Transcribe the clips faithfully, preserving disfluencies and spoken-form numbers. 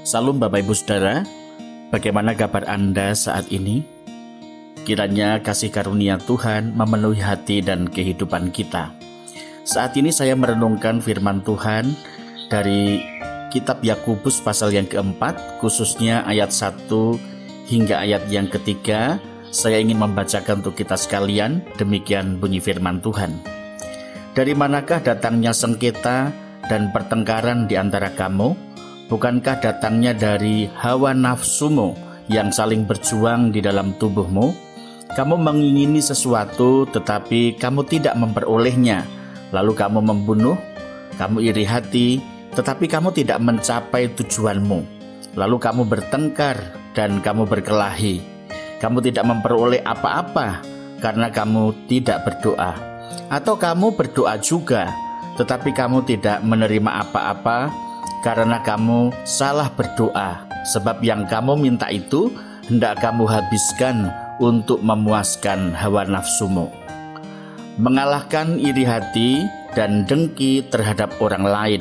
Salam Bapak Ibu Saudara, bagaimana kabar Anda saat ini? Kiranya kasih karunia Tuhan memenuhi hati dan kehidupan kita. Saat ini saya merenungkan firman Tuhan dari kitab Yakobus pasal yang keempat, khususnya ayat satu hingga ayat yang ketiga. Saya ingin membacakan untuk kita sekalian, demikian bunyi firman Tuhan. Dari manakah datangnya sengketa dan pertengkaran di antara kamu? Bukankah datangnya dari hawa nafsumu yang saling berjuang di dalam tubuhmu? Kamu mengingini sesuatu tetapi kamu tidak memperolehnya. Lalu kamu membunuh, kamu iri hati, tetapi kamu tidak mencapai tujuanmu. Lalu kamu bertengkar dan kamu berkelahi. Kamu tidak memperoleh apa-apa karena kamu tidak berdoa. Atau kamu berdoa juga, tetapi kamu tidak menerima apa-apa karena kamu salah berdoa. Sebab yang kamu minta itu hendak kamu habiskan untuk memuaskan hawa nafsumu. Mengalahkan iri hati dan dengki terhadap orang lain.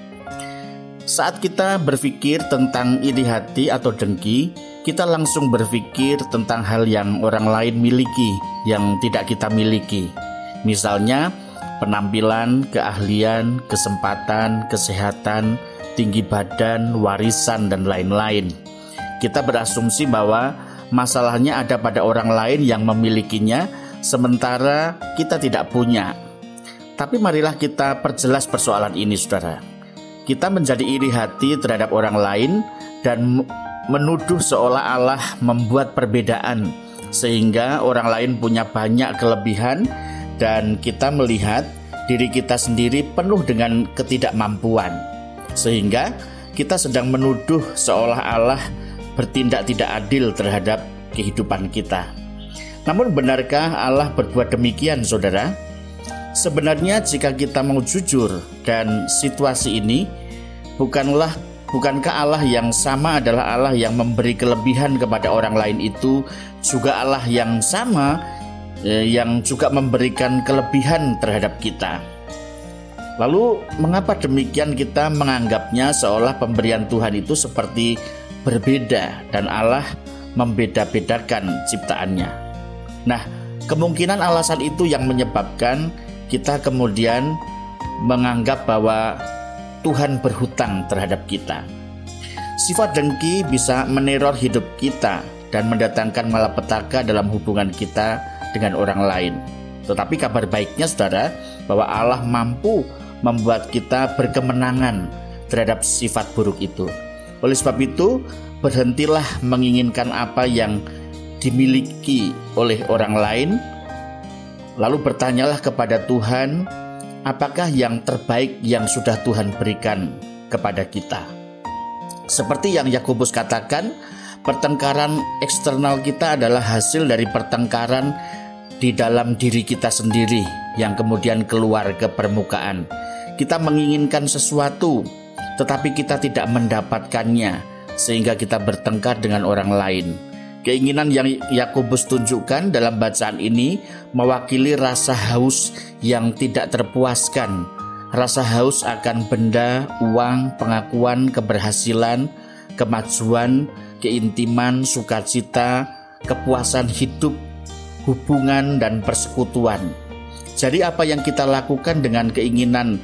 Saat kita berpikir tentang iri hati atau dengki, kita langsung berpikir tentang hal yang orang lain miliki yang tidak kita miliki. Misalnya penampilan, keahlian, kesempatan, kesehatan, tinggi badan, warisan, dan lain-lain. Kita berasumsi bahwa masalahnya ada pada orang lain yang memilikinya, sementara kita tidak punya. Tapi marilah kita perjelas persoalan ini, saudara. Kita menjadi iri hati terhadap orang lain dan menuduh seolah Allah membuat perbedaan, sehingga orang lain punya banyak kelebihan dan kita melihat diri kita sendiri penuh dengan ketidakmampuan. Sehingga kita sedang menuduh seolah Allah bertindak tidak adil terhadap kehidupan kita. Namun benarkah Allah berbuat demikian, saudara? Sebenarnya jika kita mau jujur dan situasi ini, bukanlah bukankah Allah yang sama adalah Allah yang memberi kelebihan kepada orang lain itu juga Allah yang sama eh, yang juga memberikan kelebihan terhadap kita? Lalu mengapa demikian kita menganggapnya seolah pemberian Tuhan itu seperti berbeda dan Allah membeda-bedakan ciptaannya? Nah, kemungkinan alasan itu yang menyebabkan kita kemudian menganggap bahwa Tuhan berhutang terhadap kita. Sifat dengki bisa meneror hidup kita dan mendatangkan malapetaka dalam hubungan kita dengan orang lain. Tetapi kabar baiknya, saudara, bahwa Allah mampu membuat kita berkemenangan terhadap sifat buruk itu. Oleh sebab itu, berhentilah menginginkan apa yang dimiliki oleh orang lain, lalu bertanyalah kepada Tuhan, apakah yang terbaik yang sudah Tuhan berikan kepada kita. Seperti yang Yakobus katakan, pertengkaran eksternal kita adalah hasil dari pertengkaran di dalam diri kita sendiri yang kemudian keluar ke permukaan. Kita menginginkan sesuatu, tetapi kita tidak mendapatkannya, sehingga kita bertengkar dengan orang lain. Keinginan yang Yakobus tunjukkan dalam bacaan ini mewakili rasa haus yang tidak terpuaskan. Rasa haus akan benda, uang, pengakuan, keberhasilan, kemajuan, keintiman, sukacita, kepuasan hidup, hubungan, dan persekutuan. Jadi apa yang kita lakukan dengan keinginan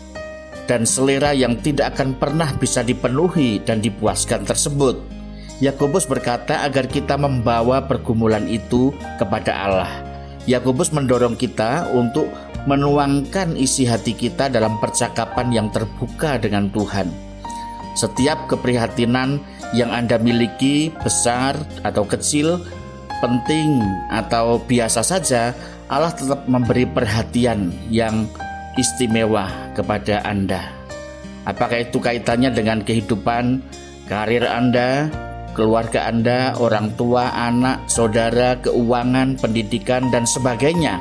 dan selera yang tidak akan pernah bisa dipenuhi dan dipuaskan tersebut? Yakobus berkata agar kita membawa pergumulan itu kepada Allah. Yakobus mendorong kita untuk menuangkan isi hati kita dalam percakapan yang terbuka dengan Tuhan. Setiap keprihatinan yang Anda miliki, besar atau kecil, penting atau biasa saja, Allah tetap memberi perhatian yang istimewa kepada Anda. Apakah itu kaitannya dengan kehidupan, karir Anda, keluarga Anda, orang tua, anak, saudara, keuangan, pendidikan, dan sebagainya?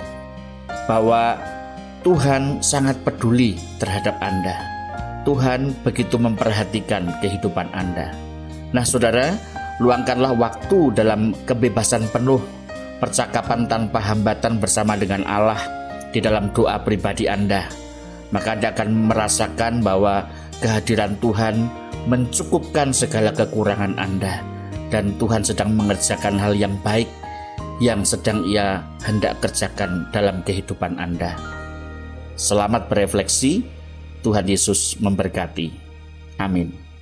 Bahwa Tuhan sangat peduli terhadap Anda. Tuhan begitu memperhatikan kehidupan Anda. Nah, saudara, luangkanlah waktu dalam kebebasan penuh, percakapan tanpa hambatan bersama dengan Allah di dalam doa pribadi Anda. Maka Anda akan merasakan bahwa kehadiran Tuhan mencukupkan segala kekurangan Anda, dan Tuhan sedang mengerjakan hal yang baik yang sedang Ia hendak kerjakan dalam kehidupan Anda. Selamat berefleksi, Tuhan Yesus memberkati. Amin.